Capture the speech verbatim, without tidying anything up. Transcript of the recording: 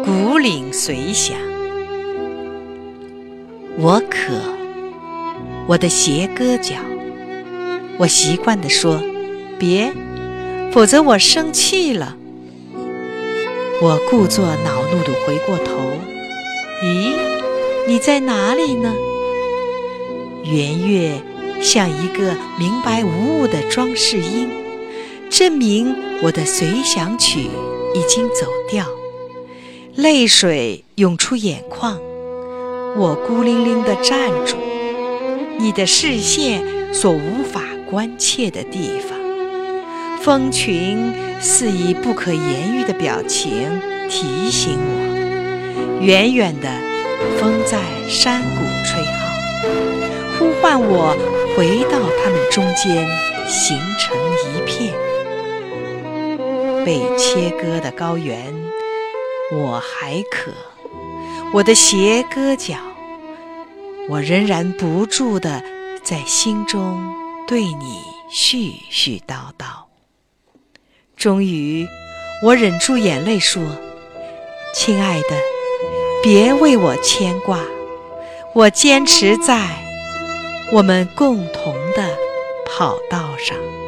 古岭随想。我渴，我的鞋搁脚。我习惯地说，别，否则我生气了。我故作恼怒地回过头，咦，你在哪里呢？圆月像一个明白无误的装饰音，证明我的随想曲已经走调。泪水涌出眼眶，我孤零零地站住，你的视线所无法关切的地方。风群似以不可言喻的表情提醒我，远远的风在山谷吹号，呼唤我回到他们中间，形成一片。被切割的高原，我还渴，我的鞋搁脚，我仍然不住地在心中对你絮絮叨叨。终于我忍住眼泪说，亲爱的，别为我牵挂，我坚持在我们共同的跑道上。